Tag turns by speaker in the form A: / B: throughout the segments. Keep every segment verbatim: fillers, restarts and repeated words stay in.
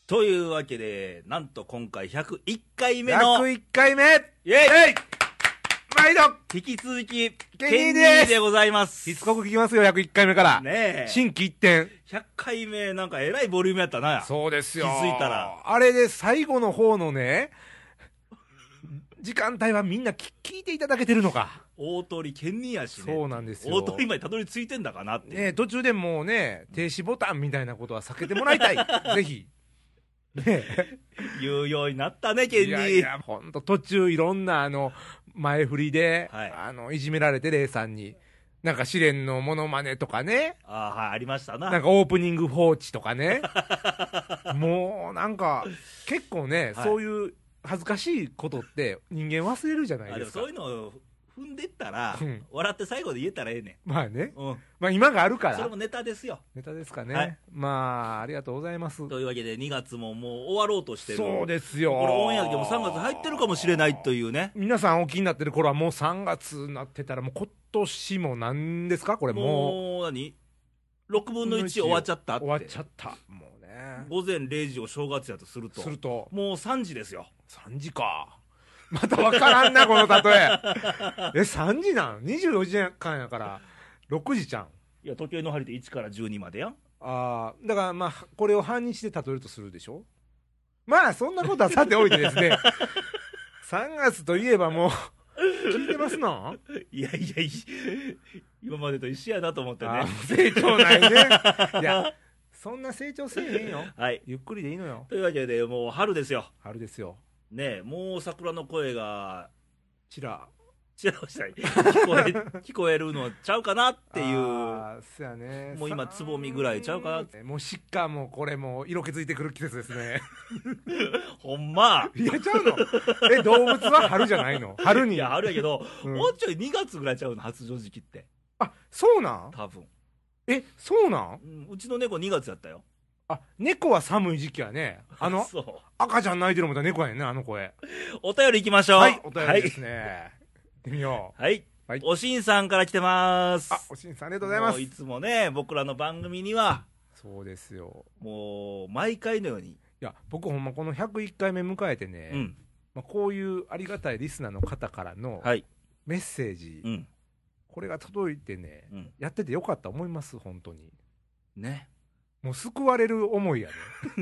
A: というわけで、なんと今回ひゃくいっかいめの
B: ひゃくいっかいめ
A: イェイ
B: 毎度
A: 引き続き、
B: ケニーです
A: ケニーでございます。
B: しつこく聞きますよ、ひゃくいっかいめから。
A: ねえ。
B: 新規一点。
A: ひゃっかいめ、なんかえらいボリュームやったな。
B: そうですよ。
A: 気づいたら。
B: あれで最後の方のね、時間帯はみんな聞聞いていただけてるのか。
A: 大鳥ケニーやしね。
B: そうなんですよ。
A: 大鳥までたどり着いてんだかなって。
B: ね、途中でもうね、停止ボタンみたいなことは避けてもらいたい。ぜひ。ね
A: 言うようになったね、ケニー。
B: いやいや、ほんと途中いろんなあの、前振りで、
A: はい、
B: あの、いじめられて、レイさんに。なんか試練のモノマネとかね。
A: ああ、はい、ありましたな。
B: なんかオープニング放置とかね。もうなんか、結構ね、はい、そういう恥ずかしいことって人間忘れるじゃないですか。
A: あでもそういうのを踏んでったら、うん、笑って最後で言えたらええね
B: ん。まあね。
A: うん、
B: まあ今があるから。
A: それもネタですよ。
B: ネタですかね。
A: はい、
B: まあ、ありがとうございます。
A: というわけでにがつももう終わろうとしてる。
B: そうですよ。
A: これオンエアでもさんがつ入ってるかもしれないというね。
B: 皆さんお気になってる頃はもうさんがつになってたら、もう今年も何ですかこれもう。
A: もう何 ?ろくぶんのいち終わっちゃったって。
B: 終わっちゃった。もうね。
A: 午前れいじを正月やとすると。
B: すると。
A: もうさんじですよ。
B: さんじか。またわからんな、この例え。え、さんじなん ?にじゅうよじかんやから、ろくじちゃん。
A: いや、時計の針でいちからじゅうにまでやん。
B: ああ、だからまあ、これを半日で例えるとするでしょ。まあ、そんなことはさておいてですね、さんがつといえばもう、聞いてますの
A: いやいやいや、今までと一緒やなと思ってね。
B: 成長ないね。いや、そんな成長せえへんよ。
A: はい。
B: ゆっくりでいいのよ。
A: というわけで、もう春ですよ。
B: 春ですよ。
A: ねえ、もう桜の声が、
B: ちら、
A: ちらしたい。聞こえ、聞こえるのちゃうかなっていう。
B: ああ、そやね。
A: もう今、つぼみぐらいちゃうかなって。
B: もうしっかもこれも色気づいてくる季節ですね。
A: ほんま。
B: いや、ちゃうの。え、動物は春じゃないの春に。
A: いや、春やけど、うん、もうちょいにがつぐらいちゃうの、発情時期って。
B: あ、そうなん
A: 多分。
B: え、そうなん、
A: うん、うちの猫にがつやったよ。
B: あ、猫は寒い時期やね。あの、赤ちゃん泣いてるもんだ猫やねんね、あの声。
A: お便り行きましょう。
B: はい、お便りですね。はい、行ってみよ
A: う。はい。はい、おしんさんから来てます。
B: あ、おしんさんありがとうございます。
A: いつもね、僕らの番組には。
B: そうですよ。
A: もう、毎回のように。い
B: や、僕ほんまこのひゃくいっかいめ迎えてね、うん、まあ、こういうありがたいリスナーの方からのメッセージ、はい、うん、これが届いてね、うん、やっててよかった思います、本当に。
A: ね。
B: もう救われる思いや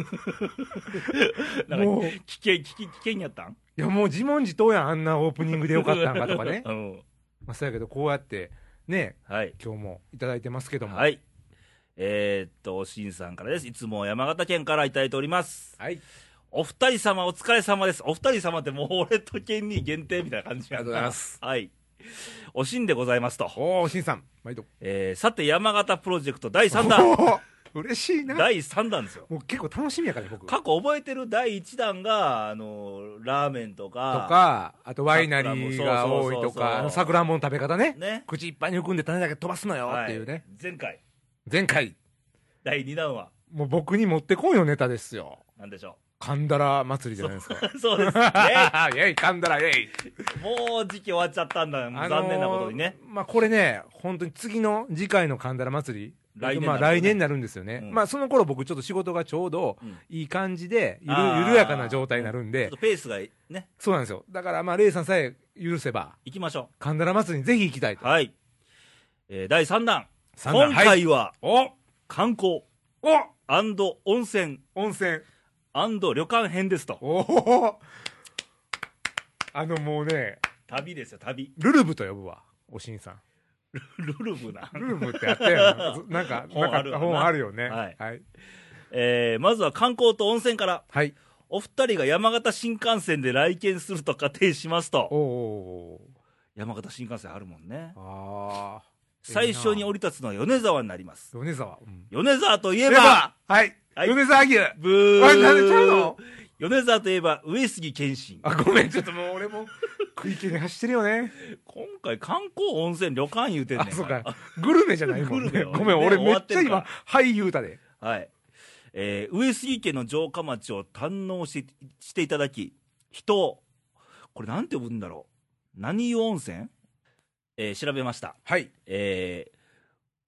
A: ね。もう危険、危険、危険やったん？
B: いや、もう自問自答やん、あんなオープニングでよかったんかとかね。
A: うん、
B: まあ、そうやけど、こうやってね、
A: はい、
B: 今日もいただいてますけども。
A: はい。えー、っと、おしんさんからです。いつも山形県からいただいております。
B: はい。
A: お二人様お疲れ様です。お二人様ってもう俺と県に限定みたいな感じ
B: やな。ありがとうございます。
A: はい。おしんでございますと。
B: おー、おしんさん、毎度。
A: えー、さて、山形プロジェクトだいさんだん。
B: 嬉しいな。
A: だいさんだんですよ。
B: もう結構楽しみやから、僕。
A: 過去覚えてるだいいちだんが、あの、ラーメンとか。
B: とか、あとワイナリーが多いとか、さくらんぼの食べ方ね。
A: ね。
B: 口いっぱいに含んで種だけ飛ばすのよっていうね。はい、
A: 前回。
B: 前回。
A: だいにだんは。
B: もう僕に持ってこいよネタですよ。
A: なんでしょう。
B: 神田ら祭りじゃないですか。
A: そ, そうです。イ
B: ェイ神田らイェイ
A: もう時期終わっちゃったんだよ。もう残念なことにね。
B: あのー、まあこれね、本当に次の次回の神田ら祭り。来年、まあ、来年になるんですよね、うん、まあその頃僕ちょっと仕事がちょうどいい感じでゆ る, 緩やかな状態になるんで、
A: ちょっとペースがね。
B: そうなんですよ。だからまあレイさんさえ許せば
A: 行きましょう。
B: 神田ら祭りにぜひ行きたいと。
A: はい。えー、だいさんだん。今回は、
B: はい、
A: 観光
B: お
A: 温泉
B: 温泉
A: 旅館編ですと。
B: おお。あのもうね、
A: 旅ですよ旅。
B: ルルブと呼ぶわ、おしんさん。
A: ルルブな。
B: ルルブってあったよ。なんか、本ある本あるよね。
A: はい。
B: はい、
A: えー、まずは観光と温泉から。
B: はい。
A: お二人が山形新幹線で来県すると仮定しますと。
B: おお。
A: 山形新幹線あるもんね。
B: ああ。
A: 最初に降り立つのは米沢になります。
B: 米沢。うん、
A: 米沢といえば、
B: はい。はい、米沢牛。
A: ブー。
B: あれ、なんでちゃうの？
A: 米沢といえば上杉謙信。
B: あ、ごめん、ちょっともう俺も食い気に走ってるよね。
A: 今回観光温泉旅館言うてんねん。
B: あ、そうか。グルメじゃないもんね。ごめん、俺めっちゃ今、はい言うたで。
A: はい。えー、上杉家の城下町を堪能ししていただき、人、これなんて呼ぶんだろう。何湯温泉？えー、調べました。
B: はい。
A: えー、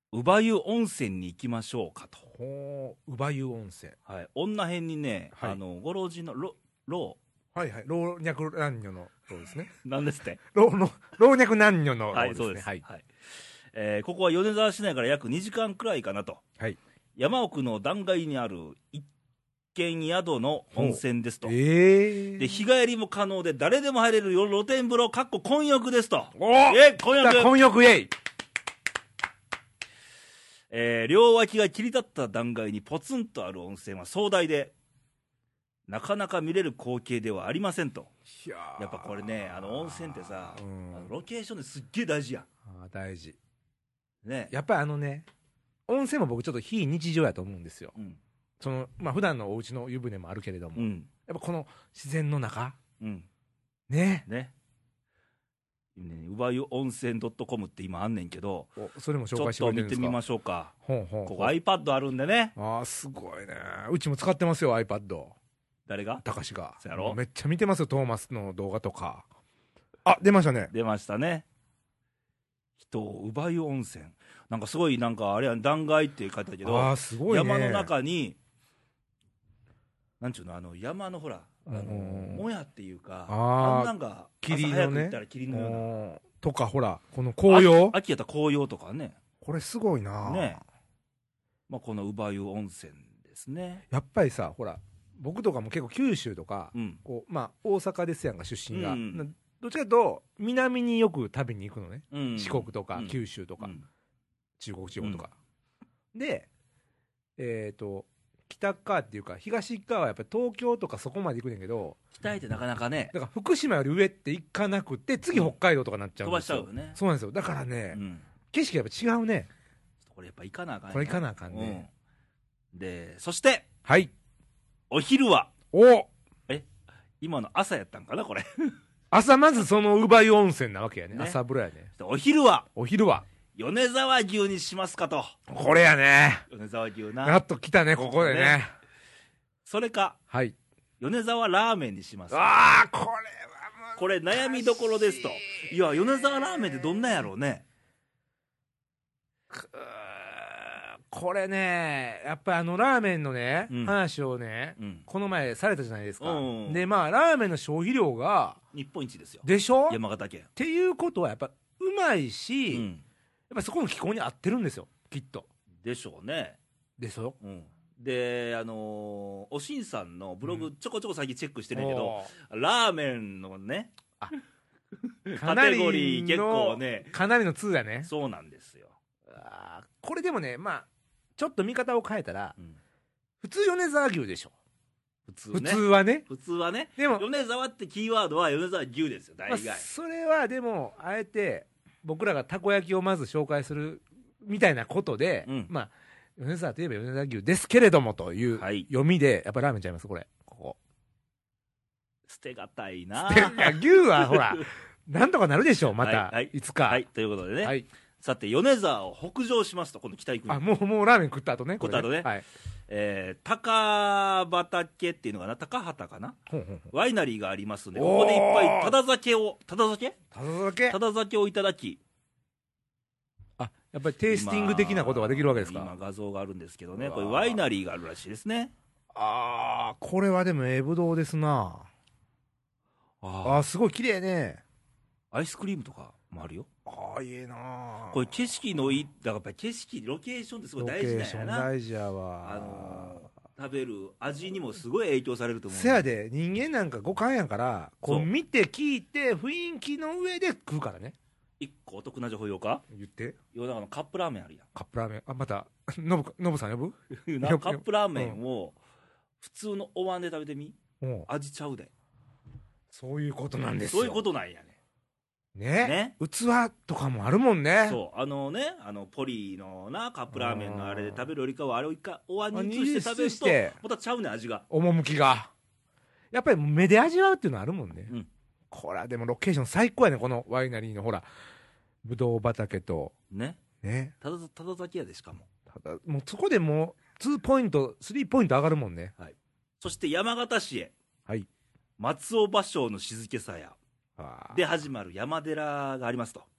A: 乳母湯温泉に行きましょうかと。
B: ほう、乳母湯温泉。
A: はい。女編にね、はい、あの、ご老人の老、老。
B: はいはい。老若男女の老ですね。
A: 何ですって？
B: 老の、老若男女の老ですね。はい、
A: そうです。はい。はい、えー、ここは米沢市内から約にじかんくらいかなと。はい。山奥の断崖にある一軒宿の温泉ですと。えー、で、日帰りも可能で誰でも入れる露天風呂、かっこ混浴ですと。
B: おえ混浴混浴イェイ
A: えー、両脇が切り立った断崖にポツンとある温泉は壮大で、なかなか見れる光景ではありませんと。いややっぱこれね、あの温泉ってさ、うん、あのロケーションですっげえ大事やん。
B: あ大事。
A: ね。
B: やっぱりあのね、温泉も僕ちょっと非日常やと思うんですよ。うん、その、まあ普段のお家の湯船もあるけれども、うん、やっぱこの自然の中、うん、ね。ね。
A: ね、うばゆ温泉 .com って今あんねんけど、
B: それも紹介してくれてるんですか？ちょっと見てみ
A: ましょうか。ほうほうほう、ここ iPad あるんでね。
B: ああすごいね。うちも使ってますよ iPad。
A: 誰が？
B: たかしが。
A: そうやろ？
B: めっちゃ見てますよトーマスの動画とか。あ出ましたね。
A: 出ましたね。人うばゆ温泉なんかすごいなんかあれや断崖って書いてあるけど、
B: あすごいね、
A: 山の中になんちゅうのあの山のほらあのもやっていうか、あんなんが
B: 朝早く行
A: ったら霧のような
B: とかほらこの紅葉、
A: 秋やったら紅葉とかね、
B: これすごいな
A: ね。まあこのうばゆ温泉ですね。
B: やっぱりさほら僕とかも結構九州とか、うん、こうまあ大阪ですやんか出身が、うん、どっちかというと南によく食べに行くのね、うん、四国とか、うん、九州とか、うん、中国地方とか、うん、でえっ、ー、と北側っていうか東側はやっぱり東京とかそこまで行くねんけど、
A: 北へってなかなかね、
B: だから福島より上って行かなくて次北海道とかなっちゃうんですよ、
A: 飛ばしちゃうよね。
B: そうなんですよ。だからね、うん、景色がやっぱ違うね。
A: これやっぱ行かなあかんね。
B: これ行かなあかんね、
A: うん、でそして
B: はい
A: お昼は
B: お
A: え今の朝やったんかなこれ
B: 朝まずその乳母湯温泉なわけやね、ね、朝風呂やね。
A: お昼は
B: お昼は
A: 米沢牛にしますかと。
B: これやね、
A: 米沢牛な。
B: やっと来たねここでね。ね
A: それか、はい、米沢ラーメンにします。
B: ああこれは
A: これ悩みどころですと。いや米沢ラーメンってどんなんやろうね。
B: これねやっぱりあのラーメンのね、うん、話をね、うん、この前されたじゃないですか、うんうん、でまあラーメンの消費量が
A: 日本一ですよ。
B: でしょ、
A: 山形県
B: っていうことはやっぱうまいし、うん、やっぱそこの気候に合ってるんですよきっと。
A: でしょうね。
B: でしょ、
A: うん、であのー、おしんさんのブログちょこちょこ最近チェックしてるけど、うん、ラーメンのねあカテゴリー結構ね
B: かなりの通やね。
A: そうなんですよ。
B: あこれでもねまあちょっと見方を変えたら、うん、普通米沢牛でしょ
A: 普通ね。
B: 普通はね
A: 普通はね。でも米沢ってキーワードは米沢牛ですよ大概、まあ、
B: それはでもあえて僕らがたこ焼きをまず紹介するみたいなことで、うん、まあ米沢といえば米沢牛ですけれどもという読みで、はい、やっぱラーメンちゃいますこれここ
A: 捨てがたいな。
B: 牛はほらなんとかなるでしょうまた、はいはい、いつか、
A: はい、ということでね、はい、さて米沢を北上しますと今度北行く。
B: あもうもうラーメン食った後ね。
A: 食った後ね、はい、えー、高畑っていうのかな高畑かな、ほんほんほんワイナリーがありますんでここでいっぱいただ酒をただ酒
B: ただ酒
A: ただ酒をいただき、
B: あやっぱりテイスティング的なことができるわけですか。
A: 今画像があるんですけどねこれワイナリーがあるらしいですね。
B: ああこれはでもええぶどうですなあ。あすごい綺麗ね。
A: アイスクリームとかもあるよ。
B: ああいいな
A: これ景色のいいだからやっぱり景色ロケーションってすごい大事だよな。ロケーション
B: 大事やわ。
A: あのー、食べる味にもすごい影響されると思う。
B: せやで人間なんか五感やからこう見て聞いて雰囲気の上で食うからね。
A: 一個お得な情報言おうか。
B: 言って。
A: 世の中のカップラーメンあるやん。
B: カップラーメンあまたノブノブさん呼ぶ
A: カップラーメンを普通のお椀で食べてみ、うん、味ちゃうで。
B: そういうことなんですよ。
A: そういうことなんやね。
B: ね、ね、器とかもあるもんね。
A: そうあのねあのポリのなカップラーメンのあれで食べるよりかはあれを一回お椀に移して食べるとまたちゃうね味が
B: 趣がやっぱり目で味わうっていうのあるもんね、うん、これはでもロケーション最高やねこのワイナリーのほらぶどう畑と
A: ねねただただ酒やでしかも
B: ただもうそこでもうにポイントさんポイント上がるもんね、はい、
A: そして山形市へ、はい、松尾芭蕉の静けさやで始まる山寺がありますと。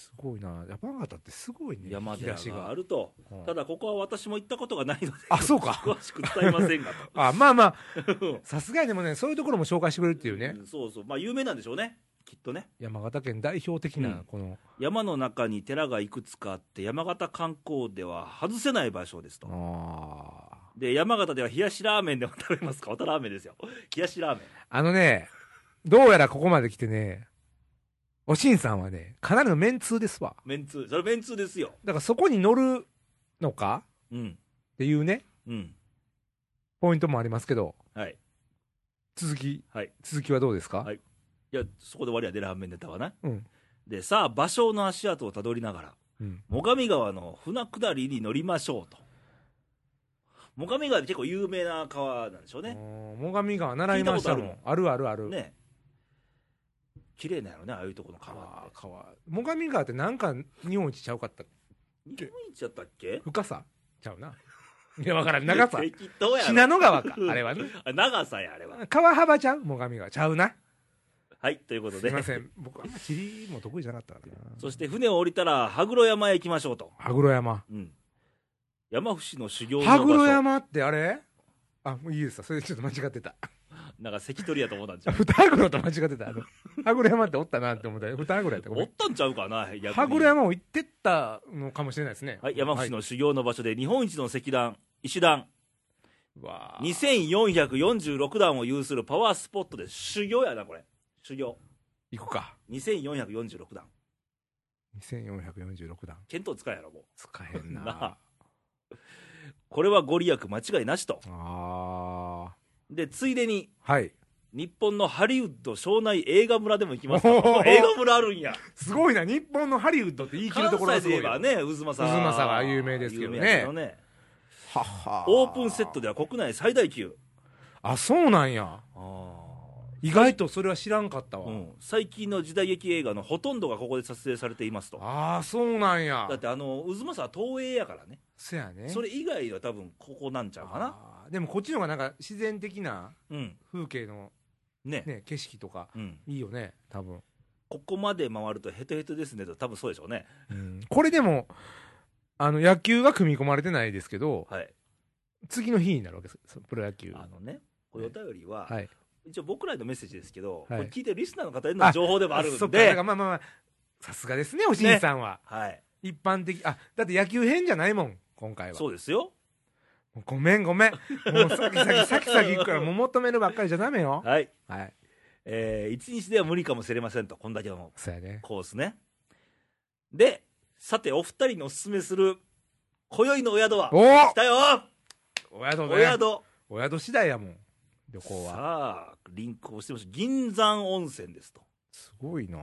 B: すごいな、山形ってすごいね、
A: 山寺があると、うん、ただここは私も行ったことがないので、
B: あ、そうか、
A: 詳しく伝えませんがと
B: あ、まあまあ、さすがにでもね、そういうところも紹介してくれるっていうね、
A: うん、そうそう、まあ有名なんでしょうね、きっとね。
B: 山形県代表的な、この、うん、
A: 山の中に寺がいくつかあって、山形観光では外せない場所ですと。あで、山形では冷やしラーメンでも食べますか、わたラーメンですよ、冷やしラーメン。
B: あのね、どうやらここまで来てね、おしんさんはね、かなりのメンツーですわ。
A: メンツー、それメンツーですよ。
B: だからそこに乗るのか、
A: うん、
B: っていうね、
A: うん、
B: ポイントもありますけど、
A: はい、
B: 続き、
A: はい、
B: 続きはどうですか？
A: はい、いや、そこで終わりやで、ラーメンネタはな。
B: うん、
A: で、さあ、芭蕉の足跡をたどりながら、うん、最上川の船下りに乗りましょうと。最上川って結構有名な川なんでしょうね。
B: 最上川習いましたもん。あるあるある。
A: ね。綺麗なのね、ああいうとこの川って。
B: 川。最上川ってなんか日本一ちゃうかったっ
A: け？日本一やったっけ？
B: 深さちゃうな。いや、わからん。長さ。
A: 適当やろ。
B: 信濃川か。あれはね。
A: 長さや、あれは。
B: 川幅ちゃう？最上川。ちゃうな。
A: はい、ということで。
B: すいません。僕、あんま地理も得意じゃなかったからな。
A: そして船を降りたら、羽黒山へ行きましょうと。
B: 羽黒山。
A: うん。山伏の修行の
B: 場所。羽黒山ってあれ？あ、もういいですわ。それちょっと間違ってた。
A: なんか関取やと思ったんちゃう？
B: 二羽黒と間違ってた。あの、羽黒山っておったなって思ったら、二羽黒やった。
A: おったんちゃうかな。
B: 羽黒山を行ってったのかもしれないですね。
A: はい、山伏の修行の場所で日本一の石段、石段。わにせんよんひゃくよんじゅうろくだんを有するパワースポットで修行やな、これ。修行。
B: 行くか。
A: にせんよんひゃくよんじゅうろくだん。
B: にせんよんひゃくよんじゅうろくだん。
A: 見当使えやろ、もう。
B: 使えんな。
A: なこれはご利益間違いなしと。
B: あ
A: で、ついでに、
B: はい。
A: 日本のハリウッド庄内映画村でも行きますか。映画村あるんや。
B: すごいな。日本のハリウッドって言い切るところがすごい。
A: 関西で言えばね、渦政。
B: 渦政が有名ですけどね。
A: ね
B: はは
A: オープンセットでは国内最大級。
B: あ、そうなんや。あ意外とそれは知らんかったわ、
A: うん、最近の時代劇映画のほとんどがここで撮影されていますと。
B: ああ、そうなんや。
A: だってあの渦政は東映やからね。
B: そやね。
A: それ以外は多分ここなんちゃうかな。
B: でもこっちの方がなんか自然的な風景の、ねね、景色とか、うん、いいよね多分。
A: ここまで回るとヘトヘトですねと多分そうでしょうね、
B: うん、これでもあの野球が組み込まれてないですけど、はい、次の日になるわけですプロ野球。
A: あのね、これお便りは、
B: はい、
A: 一応僕らへのメッセージですけど、
B: はい、
A: これ聞いてるリスナーの方への情報でもあるんで。そっか、
B: だからまあまあまあさすがですねおしんさんは、
A: ね、はい、
B: 一般的。あ、だって野球編じゃないもん今回は。
A: そうですよ。
B: ごめんごめん、もう先先先先行くからもう求めるばっかりじゃダメよ。
A: はい、
B: はい、
A: えー、一日では無理かもしれませんと、こんだけのコースね。
B: ね
A: で、さてお二人のおすすめする今宵のお宿は
B: お
A: 来たよ。
B: お宿ね。
A: お宿
B: お宿次第やもん旅行は。
A: さあリンクをしてました。銀山温泉ですと。
B: すごいな。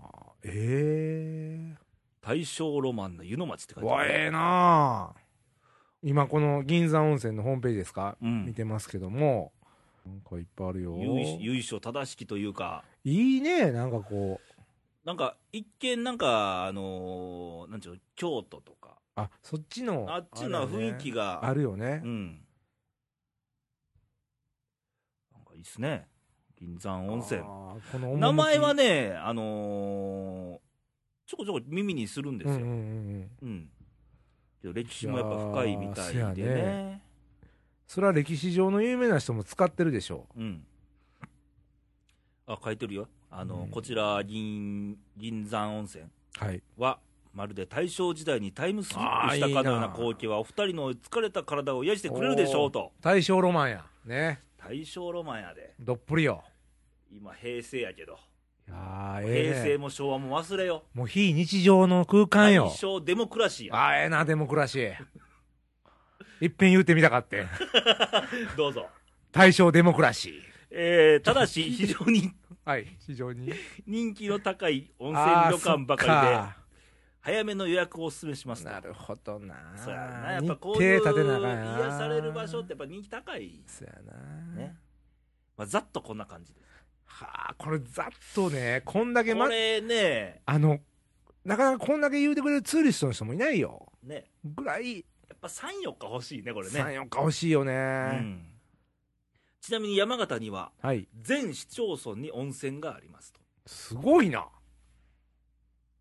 B: ええー、
A: 大正ロマンの湯の町って書いてある。
B: わ、ええな。今この銀山温泉のホームページですか、
A: うん、
B: 見てますけども、なんかいっぱいあるよ。
A: 由緒正しきというか、
B: いいね。なんかこう
A: なんか一見なんかあのー、なんちゅう、京都とか、
B: あ、そっちの
A: あっちの雰囲気が
B: あるよね。
A: うん、なんかいいっすね、銀山温泉。
B: この
A: 名前はね、あのー、ちょこちょこ耳にするんですよ。うんうんうん、うん歴史もやっぱ深いみたいで ね, ね
B: それは歴史上の有名な人も使ってるでしょう。うん、
A: あ、書いてるよ。あの、うん、こちら 銀, 銀山温泉は、はい、まるで大正時代にタイムスリップしたかのような光景はお二人の疲れた体を癒してくれるでしょうと。
B: 大正ロマンやね。
A: 大正ロマンやで。
B: どっぷりよ。
A: 今平成やけど、
B: いやー、
A: えー、平成も昭和も忘れよ。
B: もう非日常の空間よ。
A: 大正デモクラシーや。
B: あー、ええー、なデモクラシーいっぺん言うてみたかって
A: どうぞ。
B: 大正デモクラシー、
A: えー、ただし非常に
B: はい非常に
A: 人気の高い温泉旅館ばかりで早めの予約をお勧めしますと。
B: なるほどな。
A: そうやな。やっぱこういう癒される場所ってやっぱ人気高い。
B: そうやな、
A: ね、まあ、ざっとこんな感じです。
B: はあ、これざっとね、こんだけ、ま、
A: これね、
B: あのなかなかこんだけ言うてくれるツーリストの人もいないよ
A: ね
B: ぐらい。
A: やっぱさん、よっか欲しいねこれね。
B: さん、よっか欲しいよね、うん、
A: ちなみに山形には、
B: はい、
A: 全市町村に温泉がありますと。
B: すごいな。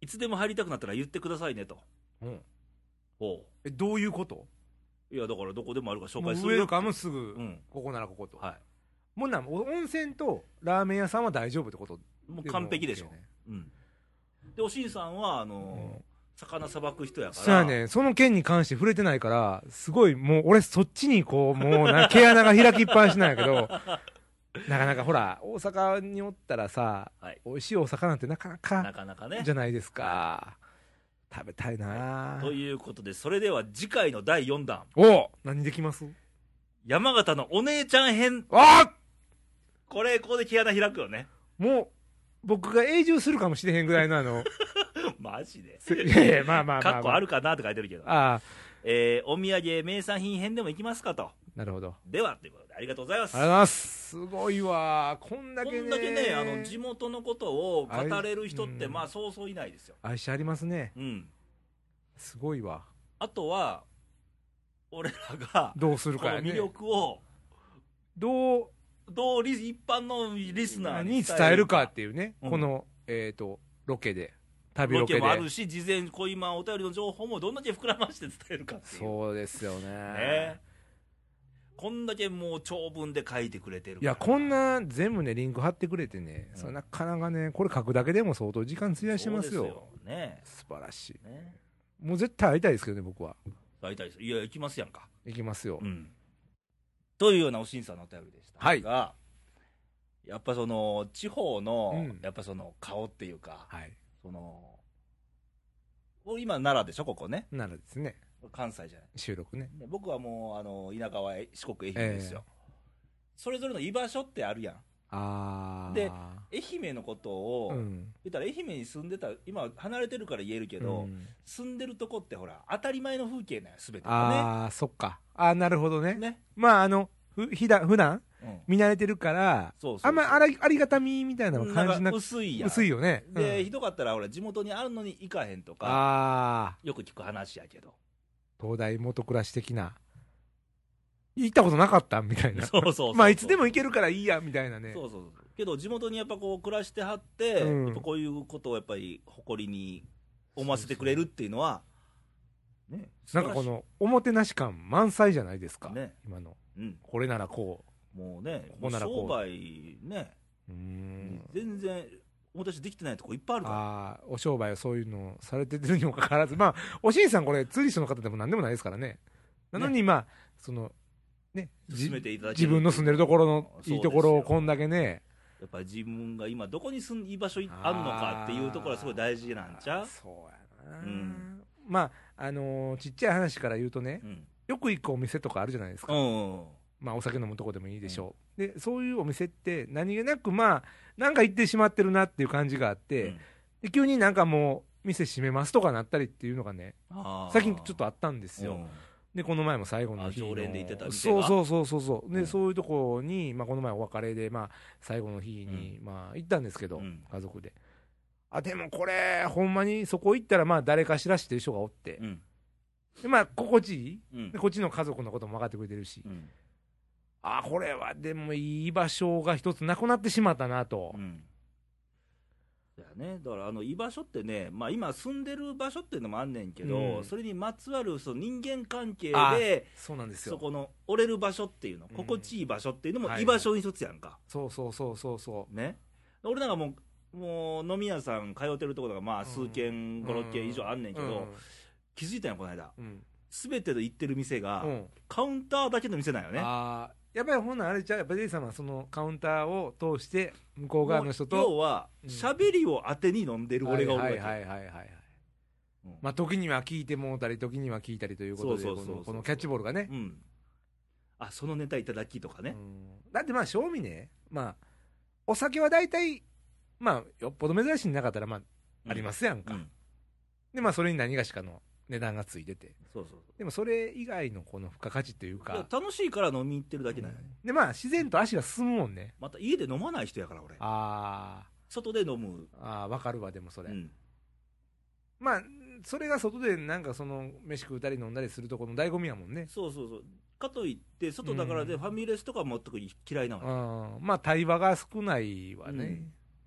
A: いつでも入りたくなったら言ってくださいねと。うん。
B: おえ、どういうこと？
A: いや、だからどこでもあるから紹介するよ。
B: ウェルカムすぐ、うん、ここならここと。はい。もうな、温泉とラーメン屋さんは大丈夫ってこと？
A: もう完璧でしょ。うん。で、おしんさんは、あのーうん、魚さばく人やから。
B: そうやね。その件に関して触れてないから、すごい、もう俺そっちにこう、もうな、毛穴が開きっぱなしなんやけど、なかなかほら、大阪におったらさ、はい、美味しいお魚ってなかなか、
A: なかなかね。
B: じゃないですか。食べたいな、
A: はい、ということで、それでは次回のだいよんだん。
B: お何できます？
A: 山形のお姉ちゃん編。
B: あ
A: これ、ここで毛穴開くよね。
B: もう、僕が永住するかもしれへんぐらいのあの。
A: マジで
B: いやいや、まあまあまあ、まあ。
A: かっこあるかなって書いてるけど。ああ。えー、お土産名産品編でも行きますかと。
B: なるほど。
A: では、ということで、ありがとうございます。
B: ありがとうございます。すごいわ。こんだけね。
A: こんだけね、あの、地元のことを語れる人って、まあ、そうそういないですよ。
B: 愛しありますね。
A: うん。
B: すごいわ。
A: あとは、俺らが、
B: どうするか
A: やね。この魅力を、
B: どう、
A: どう一般のリスナー
B: に伝えるかっていうね。うん、この、えっ、ー、と、ロケで。旅ロケで。
A: ロケもあるし、事前、こう今お便りの情報もどんだけ膨らまして伝えるかっていう。
B: そうですよね。
A: ね。こんだけもう長文で書いてくれてるから。
B: いや、こんな全部ね、リンク貼ってくれてね、うん、それなかなかね、これ書くだけでも相当時間費やしてますよ。そうですよね。素晴らしい。ね、もう絶対会いたいですけどね、僕は。
A: 会いたいです。いや、行きますやんか。
B: 行きますよ。うん。
A: というようなおしんさんのお便りでしたが、はい、やっぱその、地方の、うん、やっぱその、顔っていうか、はい、その、今奈良でしょ、ここね。
B: 奈良ですね。
A: 関西じゃない。
B: 収録ね。
A: 僕はもう、あの、田舎は四国、愛媛ですよ、えー。それぞれの居場所ってあるやん。
B: あ
A: で、愛媛のことを、うん、言ったら愛媛に住んでた、今離れてるから言えるけど、うん、住んでるとこってほら、当たり前の風景なんや、すべてがね。
B: ああ、そっか。ああ、なるほどね。ね。まあ、あの、ふ、ひだ、普段、うん、見慣れてるから、そうそうそう、あんまあらありがたみみたいなの感じなく
A: 薄いやん。
B: 薄いよね。
A: で、うん、ひどかったら、ほら、地元にあるのに行かへんとか、あよく聞く話やけど。
B: 東大元暮らし的な。行ったことなかったみたいな。
A: そうそうそうそう。
B: まあ、いつでも行けるからいいや、みたいなね。
A: そうそうそう。けど、地元にやっぱこう、暮らしてはって、うん、やっぱこういうことをやっぱり、誇りに思わせてくれるっていうのは、
B: そうそうね。なんかこの、おもてなし感満載じゃないですか。ね。今の。うん。これならこ
A: う。もうね、ここならこう。商売ね。うん。全然、おもてなしできてないとこいっぱいあるから。
B: ああ、お商売はそういうのされてるにもかかわらず、まあ、おしんさんこれ、ツーリストの方でもなんでもないですからね。なのに、まあ、その、ね、自分の住んでるところのいいところをこんだけね。
A: やっぱり自分が今どこに住ん居場所あるのかっていうところはすごい大事なんちゃう？
B: そうやな、うん、まああのー、ちっちゃい話から言うとね、うん、よく行くお店とかあるじゃないですか、うん、まあお酒飲むとこでもいいでしょう、うん、でそういうお店って何気なくまあなんか行ってしまってるなっていう感じがあって、うん、で急になんかもう店閉めますとかなったりっていうのがね最近ちょっとあったんですよ、うんでこの前も最後の日の
A: 常連で行ってた
B: そうそうそうそうそうで、うん、そういうところに、まあ、この前お別れで、まあ、最後の日に、うんまあ、行ったんですけど、うん、家族であでもこれほんまにそこ行ったらまあ誰かしら知ってる人がおって、うん、でまあ心地いい、うん、でこっちの家族のことも分かってくれてるし、うん、あこれはでもいい場所が一つなくなってしまったなと、うん
A: だね、だからあの居場所ってね、まあ、今住んでる場所っていうのもあんねんけど、うん、それにまつわるその人間関係で
B: そうなんですよ
A: そこの折れる場所っていうの、うん、心地いい場所っていうのも居場所に一つやんか、はいはい、
B: そうそうそうそうそう
A: ね俺なんかもうもう飲み屋さん通ってるところがまあ数軒ごろっけん以上あんねんけど、うん、気づいたんやこの間、うん、全ての行ってる店が、うん、カウンターだけの店なんよね。
B: あやっぱりほんなんあれちゃうやっぱりデイ様はそのカウンターを通して向こう側の人と
A: 要は喋りを当てに飲んでる俺がおるわけ。
B: はいはいはいはいはい、うん、まあ時には聞いてもうたり時には聞いたりということでこのキャッチボールがね、うん、
A: あそのネタいただきとかね、う
B: ん、だってまあ正味ねまあお酒は大体まあよっぽど珍しいなかったらまあ、うん、ありますやんか、うん、でまあそれに何がしかの値段がついててそうそうそうでもそれ以外のこの付加価値っていうか
A: 楽しいから飲み行ってるだけなんよね、
B: うん、でまあ自然と足が進むもんね。
A: また家で飲まない人やから俺ああ外で飲む
B: ああ分かるわでもそれ、うん、まあそれが外でなんかその飯食うたり飲んだりするとこの醍醐味やもんね。
A: そうそうそうかといって外だからでファミレスとかも全く嫌いなの、
B: うん、まあ対話が少ないわね、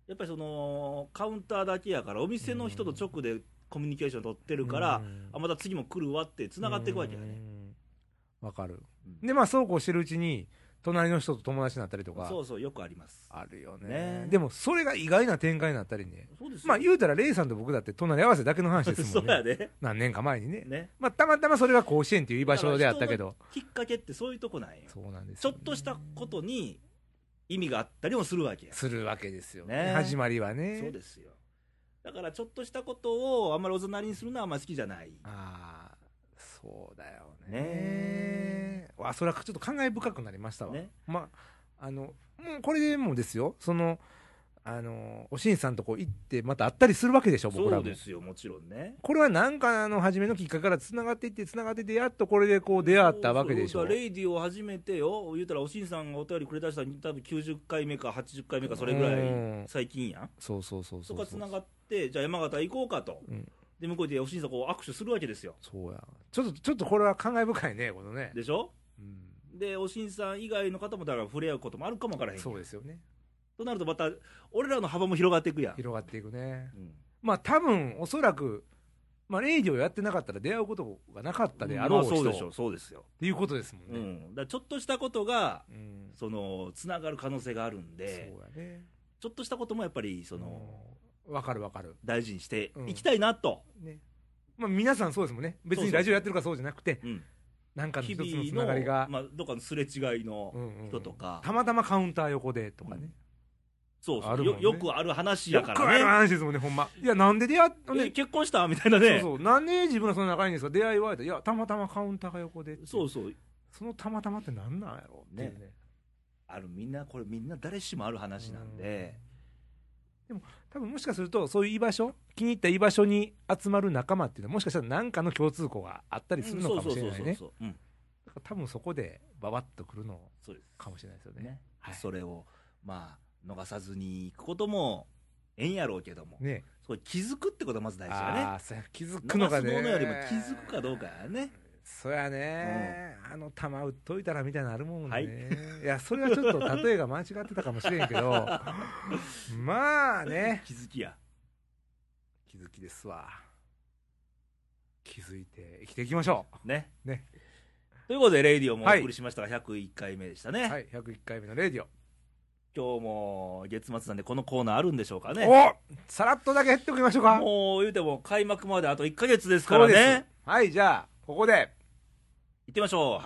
A: やっぱりそのカウンターだけやからお店の人と直でコミュニケーション取ってるから、あまた次も来るわってつながっていくわけやね。
B: わかる。でまあそうこうしてるうちに隣の人と友達になったりとか、
A: そうそうよくあります。
B: あるよね。ねでもそれが意外な展開になったりね。
A: そうです
B: まあ言うたらレイさんと僕だって隣り合わせだけの話ですもんね。
A: そうやね。
B: 何年か前にね。
A: ね。
B: まあたまたまそれが甲子園っていう居場所であったけど。
A: きっかけってそういうとこなんよ。
B: そうなんです、
A: ね。ちょっとしたことに意味があったりもするわけや。
B: するわけですよね。始まりはね。
A: そうですよ。だからちょっとしたことをあんまりおざなりにするのはあんまり好きじゃない。
B: ああ、そうだよね。ねわ、それはちょっと感慨深くなりましたわ。ね、まあ、あの、もうこれでもですよ、その、あの、おしんさんとこ行ってまた会ったりするわけでしょ、僕らも。
A: そうですよ、もちろんね。
B: これは何かの初めのきっかけからつながっていってつながっていってやっとこれでこう出会ったわけでしょ。
A: そうそうレイディを始めてよ、言うたらおしんさんがお便りくれた人は多分きゅうじゅっかいめかはちじゅっかいめかそれぐらい最近やん。
B: そうそうそうそう。
A: そこがつながってじゃあ山形行こうかと。うん、で向こうでおしんさんこう握手するわけですよ。
B: そうや。ちょっとちょっとこれは感慨深いねこのね。
A: でしょ。うん、でおしんさん以外の方もだから触れ合うこともあるかもわからへん。
B: そうですよね。
A: となるとまた俺らの幅も広がっていくやん。
B: 広がっていくね、うん、まあ多分おそらく、まあ、レイディをやってなかったら出会うことがなかったであろう人、
A: うんまあ、そうでしょうそうですよ
B: っていうことですもんね、
A: うん、だからちょっとしたことが、うん、そのつながる可能性があるんで、
B: そうやね、
A: ちょっとしたこともやっぱりその、
B: うん、分かる分かる
A: 大事にしていきたいなと、
B: うんね、まあ、皆さんそうですもんね。別にラジオやってるからそうじゃなくて、うん、なんかの一つのつながりが、
A: まあ、どっかのすれ違いの人とか、
B: うんうん、たまたまカウンター横でとかね、うん、
A: そうそう、ね、よ, よくある話やからね。
B: よくある話ですもんね、ほんま。いや、なんで出会った、
A: ね、結婚したみたいなね。
B: そうそう、なんで自分はその仲いいんですか、出会いは、いや、たまたまカウンターが横で。
A: そうそう。
B: そのたまたまってなんなんやろうね。ね
A: ある、みんな、これみんな誰しもある話なんで。
B: でも、多分もしかすると、そういう居場所、気に入った居場所に集まる仲間っていうのは、もしかしたら何かの共通項があったりするのかもしれないね。多分そこでババッとくるのかもしれないですよね。ね、
A: はい、それを、まあ、逃さずに行くこともええんやろうけども、ね、そ気づくってことはまず大事だね。
B: あ気づくのがね、
A: 逃すものよりも気づくかどうかやね。
B: そうやね、うん、あの球打っといたらみたいなのあるもんね、はい、いやそれはちょっと例えが間違ってたかもしれんけどまあね、
A: 気づきや
B: 気づきですわ。気づいて生きていきましょ
A: うね。
B: ね
A: ということでレイディオもお送りしましたが、はい、ひゃくいっかいめでしたね。
B: はい、ひゃくいっかいめのレイディオ、
A: 今日も月末なんでこのコーナーあるんでしょうかね。
B: おさらっとだけ減っておきましょうか。
A: もう言うても開幕まであといっかげつですからね。
B: はい、じゃあここで
A: 行ってみましょう。はい、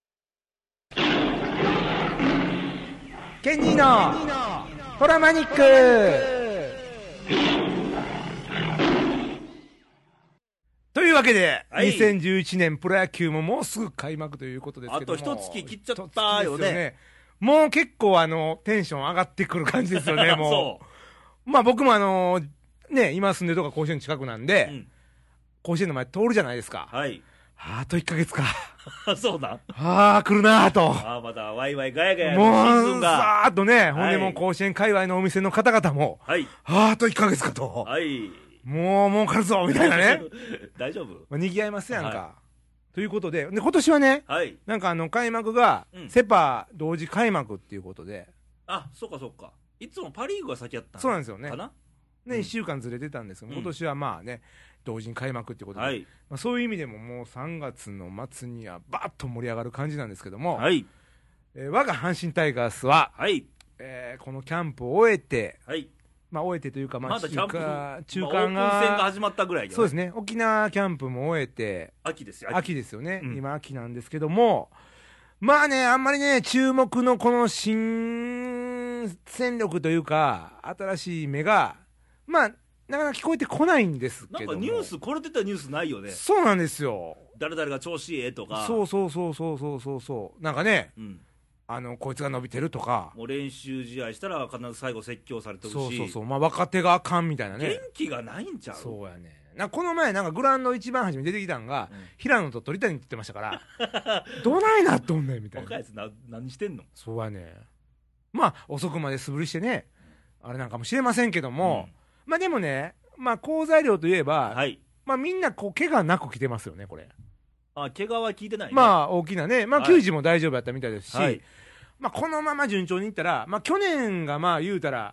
B: ケニーのトラマニックというわけで、はい、にせんじゅういちねんプロ野球ももうすぐ開幕ということですけども、
A: あと一月切っちゃったよね。
B: もう結構あのテンション上がってくる感じですよね。もうそうまあ僕もあのね今住んでるとこ甲子園近くなんで、うん、甲子園の前通るじゃないですか。
A: はい。
B: あといっかげつか
A: そうだ。
B: ああ来るなーと。
A: ああまたワイワイガヤガヤ
B: のシーズンがもうさーっとね、はい、ほんでもう甲子園界隈のお店の方々も、はい、ああといっかげつかと、はい、もう儲かるぞみたいなね
A: 大丈夫、
B: まあ、にぎわいますやんか、はい、ということで、で今年はね、はい、なんかあの開幕が、うん、セパ同時開幕っていうことで、
A: あ、そっかそっか、いつもパ・リーグが先やった
B: そうなんですよね。
A: かな
B: ね、うん、いっしゅうかんずれてたんですけど、今年はまあね同時に開幕っていうことで、はい、まあ、そういう意味でももうさんがつの末にはバーッと盛り上がる感じなんですけども、はい、えー、我が阪神タイガースは、はい、えー、このキャンプを終えて、はい、まあ終えてというか、まあ、中間、まあ、中間が、まあ、オープン
A: 戦が始まったぐらいで、ね、
B: そうですね、沖縄キャンプも終えて、
A: 秋ですよ、
B: 秋、秋ですよね、うん、今秋なんですけども、まあね、あんまりね、注目のこの新戦力というか、新しい目が、まあ、なかなか聞こえてこないんですけども、
A: なんかニュース、これ出たニュースないよね。
B: そうなんですよ。
A: 誰々が調子いいとか、
B: そうそうそうそうそうそうそう、なんかね、うん、あのこいつが伸びてるとか、
A: もう練習試合したら必ず最後説教されてるし、
B: そうそうそう、まあ若手があかんみたいなね、
A: 元気がないんちゃう。
B: そうやね。なんかこの前なんかグラウンド一番初めに出てきたんが、うん、平野と鳥谷って言ってましたからどないなっとんねんみたいな。
A: 若いやつな何してんの。
B: そうやね。まあ遅くまで素振りしてね、あれなんかもしれませんけども、うん、まあでもね、まあ好材料といえば、はい、まあみんなこう怪我なく来てますよねこれ。
A: あ、怪我は聞いてないね。
B: まあ大きなね、まあ球児も大丈夫やったみたいですし、はい、まあこのまま順調にいったら、まあ去年がまあ言うたら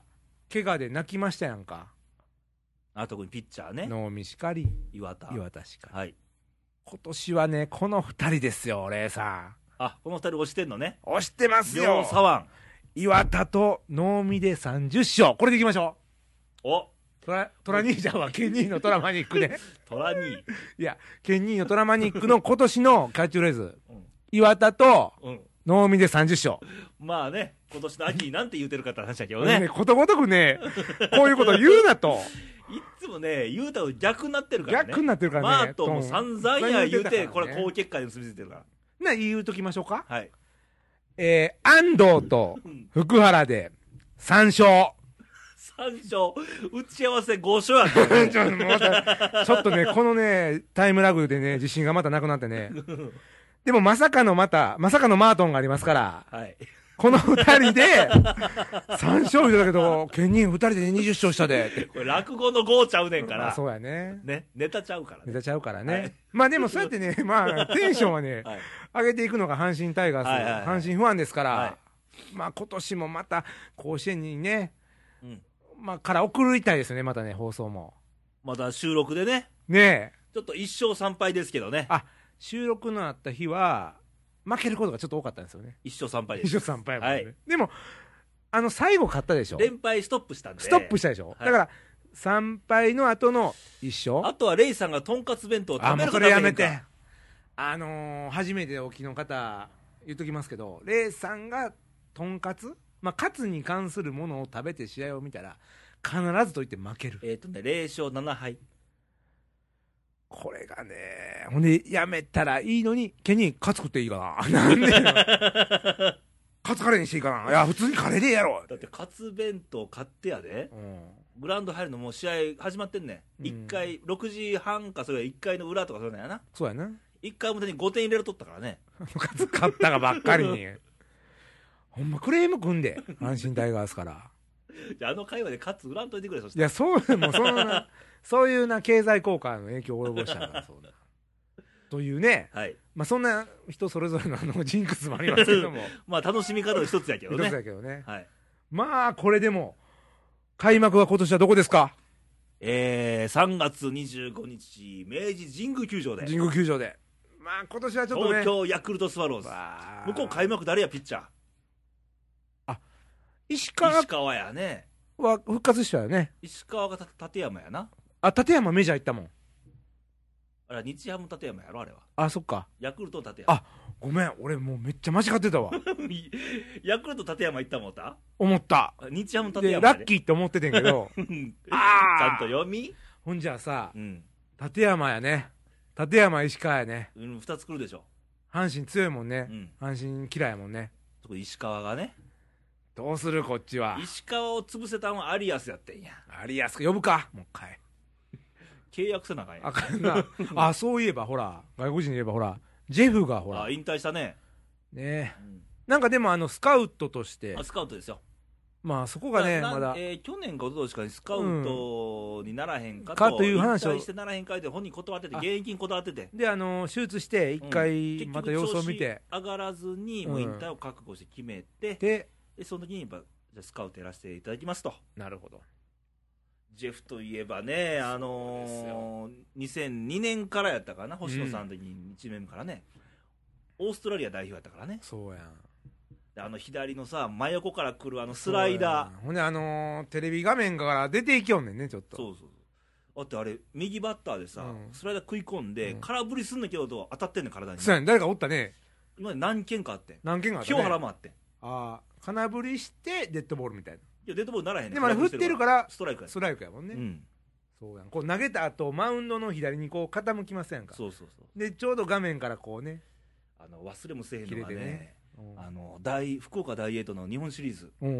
B: 怪我で泣きましたやんか。
A: あ、特にピッチャーね。
B: 能見しかり、
A: 岩田。
B: 岩田しかり。
A: はい。
B: 今年はね、この二人ですよ、レイさん。
A: あ、この二人押してんのね。
B: 押してますよ。
A: 両左腕。
B: 岩田と能見でさんじゅっ勝。これでいきましょ
A: う。お
B: トラ、トラ兄ちゃんはケンニーのトラマニックね。
A: トラ兄。い
B: や、ケンニーのトラマニックの今年のキャッチフレーズ。うん、岩田と、うん、能見でさんじゅっ勝。
A: まあね、今年の秋になんて言うてるかって話だけどね。
B: ね、ことごとくね、こういうこと言うなと。
A: いつもね、言うたら逆になってるからね。
B: 逆になってるからね。
A: まあとも散々や言うて、これ好結果に結びついてるから。
B: な、言うときましょうか。
A: はい。
B: えー、安藤と福原でさん勝。
A: さん勝。打ち合わせご勝やったね。
B: ちょっともうちょっとね、このね、タイムラグでね、自信がまたなくなってね。でもまさかのまた、まさかのマートンがありますから。
A: はい。
B: この二人で、さん勝だけど、ケンニー二人でにじゅっ勝したで。
A: これ落語のゴーちゃうねんから。
B: そうやね。
A: ね、ネタちゃうからね。
B: ネタちゃうからね。まあでもそうやってね、まあテンションはね、上げていくのが阪神タイガース、阪神ファンですから、まあ今年もまた甲子園にね、まあから送りたいですね、またね、放送も。
A: また収録でね。
B: ねえ。
A: ちょっと一勝三敗ですけどね。
B: あ、収録のあった日は、負けることがちょっと多かったんですよね。
A: 一勝三敗です。
B: 一勝三敗もね、はい、でもあの最後勝ったでしょ。
A: 連敗ストップしたんで。
B: ストップしたでしょ、はい、だからさん敗の後のいっ勝。
A: あとはレイさんがとんかつ弁当を食べるか
B: あ、もうそれやめて。あのー、初めてお聞きの方言っときますけど、レイさんがとんかつ、まあカツに関するものを食べて試合を見たら必ずと言って負ける。
A: えっとね、ゼロ勝なな敗。
B: これがね、ほんで、やめたらいいのに、ケニー、カツ食っていいかな。なんでカツカレーにしていいかな。いや、普通にカレーでやろ。
A: だって、カツ弁当買ってやで、うん、グラウンド入るのもう試合始まってんねん。いっかい、ろくじはんか、それいっかいの裏とかそうなんやな。
B: そうやな。
A: いっかい表にごてん入れるとったからね。
B: カツ買ったがばっかりに。ほんまクレームくんで、阪神タイガースから。
A: じゃあ、あの会話でカツ売らんといてくれ、そした
B: ら。いや、そう、もうそんな。そういうな経済効果の影響を及ぼしたからそうだというね、はい、まあそんな人それぞれのあのジンクスもありますけども
A: まあ楽しみ方の一つやけどね
B: 一つやけどね、
A: はい、
B: まあこれでも開幕は今年はどこですか。
A: えー、さんがつにじゅうごにち明治神宮球場で
B: 神宮球場でまあ今年はちょっとね
A: 東京ヤクルトスワローズ向こう開幕誰やピッチャー。
B: あ、石川
A: 石川やね
B: は復活したよね。
A: 石川が立山やな。
B: あ、立山メジャー行ったもん。
A: あれ日ハム立山やろあれは。
B: あ、そっか。
A: ヤクルト立山。
B: あ、ごめん、俺もうめっちゃ間違ってたわ。
A: ヤクルト立山行ったもんた
B: 思った。
A: 日ハム立山
B: でラッキーって思っててんけどあ
A: ちゃんと読み。
B: ほんじゃさ、うん、立山やね。立山石川やね。
A: うん、ふたつ来るでしょ。
B: 阪神強いもんね、うん、阪神嫌いやもんね。
A: そこ石川がね。
B: どうするこっちは。
A: 石川を潰せたんはアリアスやってんや。
B: アリアス呼ぶかもう一回。
A: 契約せなあかんや。
B: あかんな。あ、そういえばほら外国人で言えばほらジェフがほら
A: あ引退したね。
B: ねえ、うん、なんかでもあのスカウトとして
A: あスカウトですよ。
B: まあそこがねまだ、
A: えー、去年かおととしかにスカウトにならへんかと、
B: かという話を
A: 引退してならへんかで本人断ってて現役に断ってて
B: であの手術して一回また様子を見て、
A: うん、上がらずにもう引退を覚悟して決めて、うん、ででその時にやっぱじゃスカウトやらせていただきますと。
B: なるほど。
A: ジェフといえばね、あのー、にせんにねんからやったかな、星野さんの時にいちねんからね、うん、オーストラリア代表やったからね。
B: そうやん。
A: であの左のさ真横から来るあのスライダ
B: ーほんであのー、テレビ画面から出ていきよんねんねちょっと。
A: そうそうだってあれ右バッターでさ、うん、スライダー食い込んで、うん、空振りすんねんけど当たってんねん体に。
B: そうやん誰かおったね。
A: 今まで何件かあってん。
B: 何件かあったね。
A: 清原もあってん。
B: ああ空振りしてデッドボールみたいな。
A: いやデッドボールならへんねん。
B: でもあれ振ってるから
A: ストライクや
B: ストライクやもんね、
A: うん、
B: そうやん。こう投げた後マウンドの左にこう傾きませんか。
A: そうそうそう
B: でちょうど画面からこうね
A: あの忘れもせえへんのが ね, ね、うん、あの大福岡大栄との日本シリーズ、うん、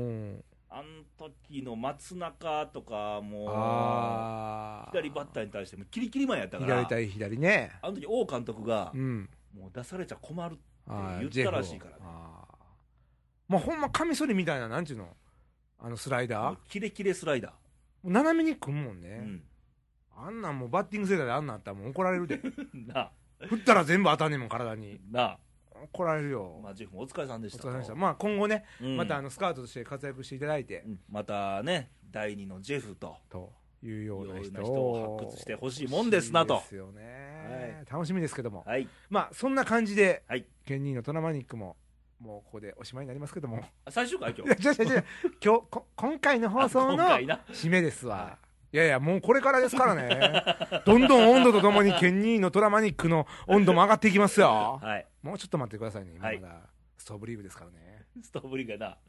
A: あの時の松中とかもあ左バッターに対してもキリキリ前やったから
B: 左対左ね。
A: あの時王監督が、うん、もう出されちゃ困るって言ったらしいからね。あ
B: まあほんまカミソリみたいななんちゅうのあのスライダー
A: キレキレスライダー
B: 斜めにくんもんね、うん、あんなんもうバッティングセンターであんなんあったらもう怒られるでなあ振ったら全部当たんねんもん体に
A: なあ
B: 怒られるよ。
A: まあ、ジェフもお疲れさんでした。
B: お疲れ様でした。まあ、今後ね、うん、またあのスカウトとして活躍していただいて、
A: うん、またね、だいにのジェフと。
B: というような人
A: を発掘してほしいもんですなと。
B: ですよね、はい、楽しみですけども、
A: はい、
B: まあそんな感じで、
A: はい、
B: ケンニーのトラマニックももうここでおしまいになりますけども、
A: 最終回今日。
B: いや違う違う違う今日こ今回の放送の締めですわ。いやいやもうこれからですからね。どんどん温度とともにケンニーのトラマニックの温度も上がっていきますよ。はい、もうちょっと待ってくださいね。今まだストーブリーグですからね。
A: ストーブリーグやな。はい、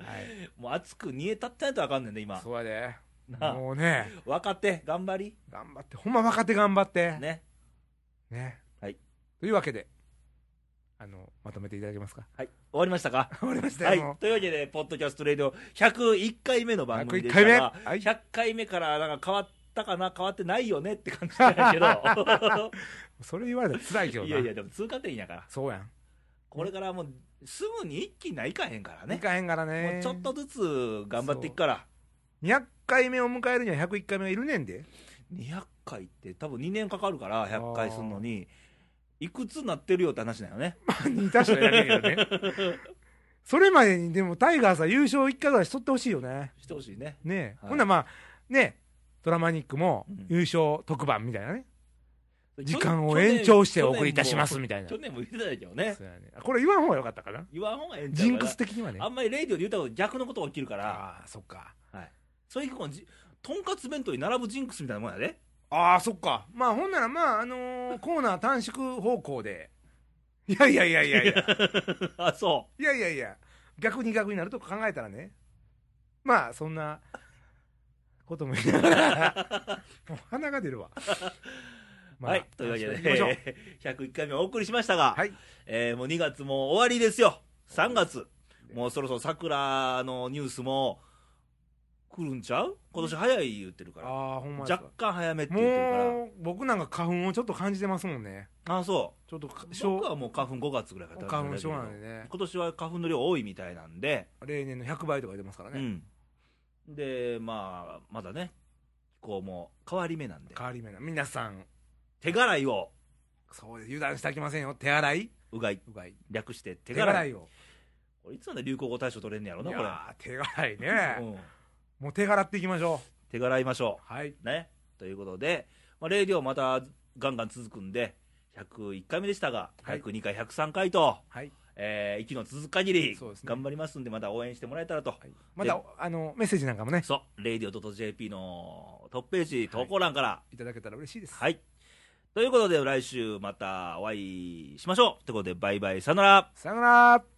A: もう熱く煮え立ってないとあかんねんね今。
B: そうやで。もうね、
A: 若手頑張り
B: 頑張って、ほんま若手頑張って
A: ね
B: ね。
A: はい、
B: というわけであのまとめていただけますか。
A: はい、終わりましたか。
B: 終わりました
A: よ、はい、というわけでポッドキャストレディオひゃくいっかいめの番組でしたが、ひゃくいっかいめ、はい、ひゃっかいめからなんか変わったかな変わってないよねって感じなんやけど
B: それ言われたら辛いけどな。
A: いやいやでも通過点やから。
B: そうやん。
A: これからもうすぐに一気にはいかへんからね。
B: いかへんからね。
A: もうちょっとずつ頑張っていくから。
B: にひゃっかいめを迎えるにはひゃくいっかいめがいるねんで。
A: にひゃっかいって多分にねんかかるからひゃっかいするのにいくつなってるよって話だよね。
B: まあ似た人やねんけどねそれまでにでもタイガースは優勝いっかいぐらいしとってほしいよね。
A: してほしいね。
B: ねえ、
A: はい、
B: ほんならまあねトラマニックも優勝特番みたいなね、うん、時間を延長してお送りいたしますみたいな。
A: 去年も言ってたけどね。
B: そうやね。これ言わん方がよかったかな。
A: 言わん方がええんちゃうかな。
B: ジンクス的にはね。
A: あんまりレイディオで言ったこと逆のことが起きるから。
B: ああそっか。
A: はい。そういうとんかつ弁当に並ぶジンクスみたいなもんやで。
B: ああそっか。まあほんならまああのー、コーナー短縮方向でいやいやいやいやいや
A: あそう
B: いやいやいや逆に逆になると考えたらね、まあそんなことも言いながらもう鼻が出るわ
A: まあ、はい、というわけで、えー、ひゃくいっかいめお送りしましたが、
B: はい、
A: えー、もうにがつも終わりですよ。さんがつもうそろそろ桜のニュースも来るんちゃう。今年早い言ってるから。
B: あほんま
A: 若干早めって言ってるから。
B: もう僕なんか花粉をちょっと感じてますもんね。
A: あそう
B: ちょっと
A: 僕はもう花粉ごがつぐらいから
B: 花粉症なんでね。
A: 今年は花粉の量多いみたいなんで
B: 例年のひゃくばいとか出ますからね、
A: うん、でまあまだね気候も変わり目なんで
B: 変わり目な皆さん
A: 手洗いを
B: そうです油断してあきませんよ。手洗いう
A: がいう
B: がい
A: 略して手
B: 洗い
A: 洗い
B: 手洗いを
A: これいつまで流行語大賞取れんねやろな。これ
B: いや手洗いね、うんもう手洗っていきましょ
A: う。手洗いましょ
B: う。はい。
A: ね。ということで、まあ、レイディオまたガンガン続くんで、ひゃくいっかいめでしたが、ひゃくにかい、ひゃくさんかいと、はい、えー、息の続く限り、頑張りますんで、また応援してもらえたらと。はい、
B: また、あの、メッセージなんかもね。
A: そう、レイディオ .jp のトップページ、投稿欄から、はい、
B: いただけたら嬉しいです。
A: はい。ということで、来週またお会いしましょう。ということで、バイバイ、さよなら。
B: さよなら。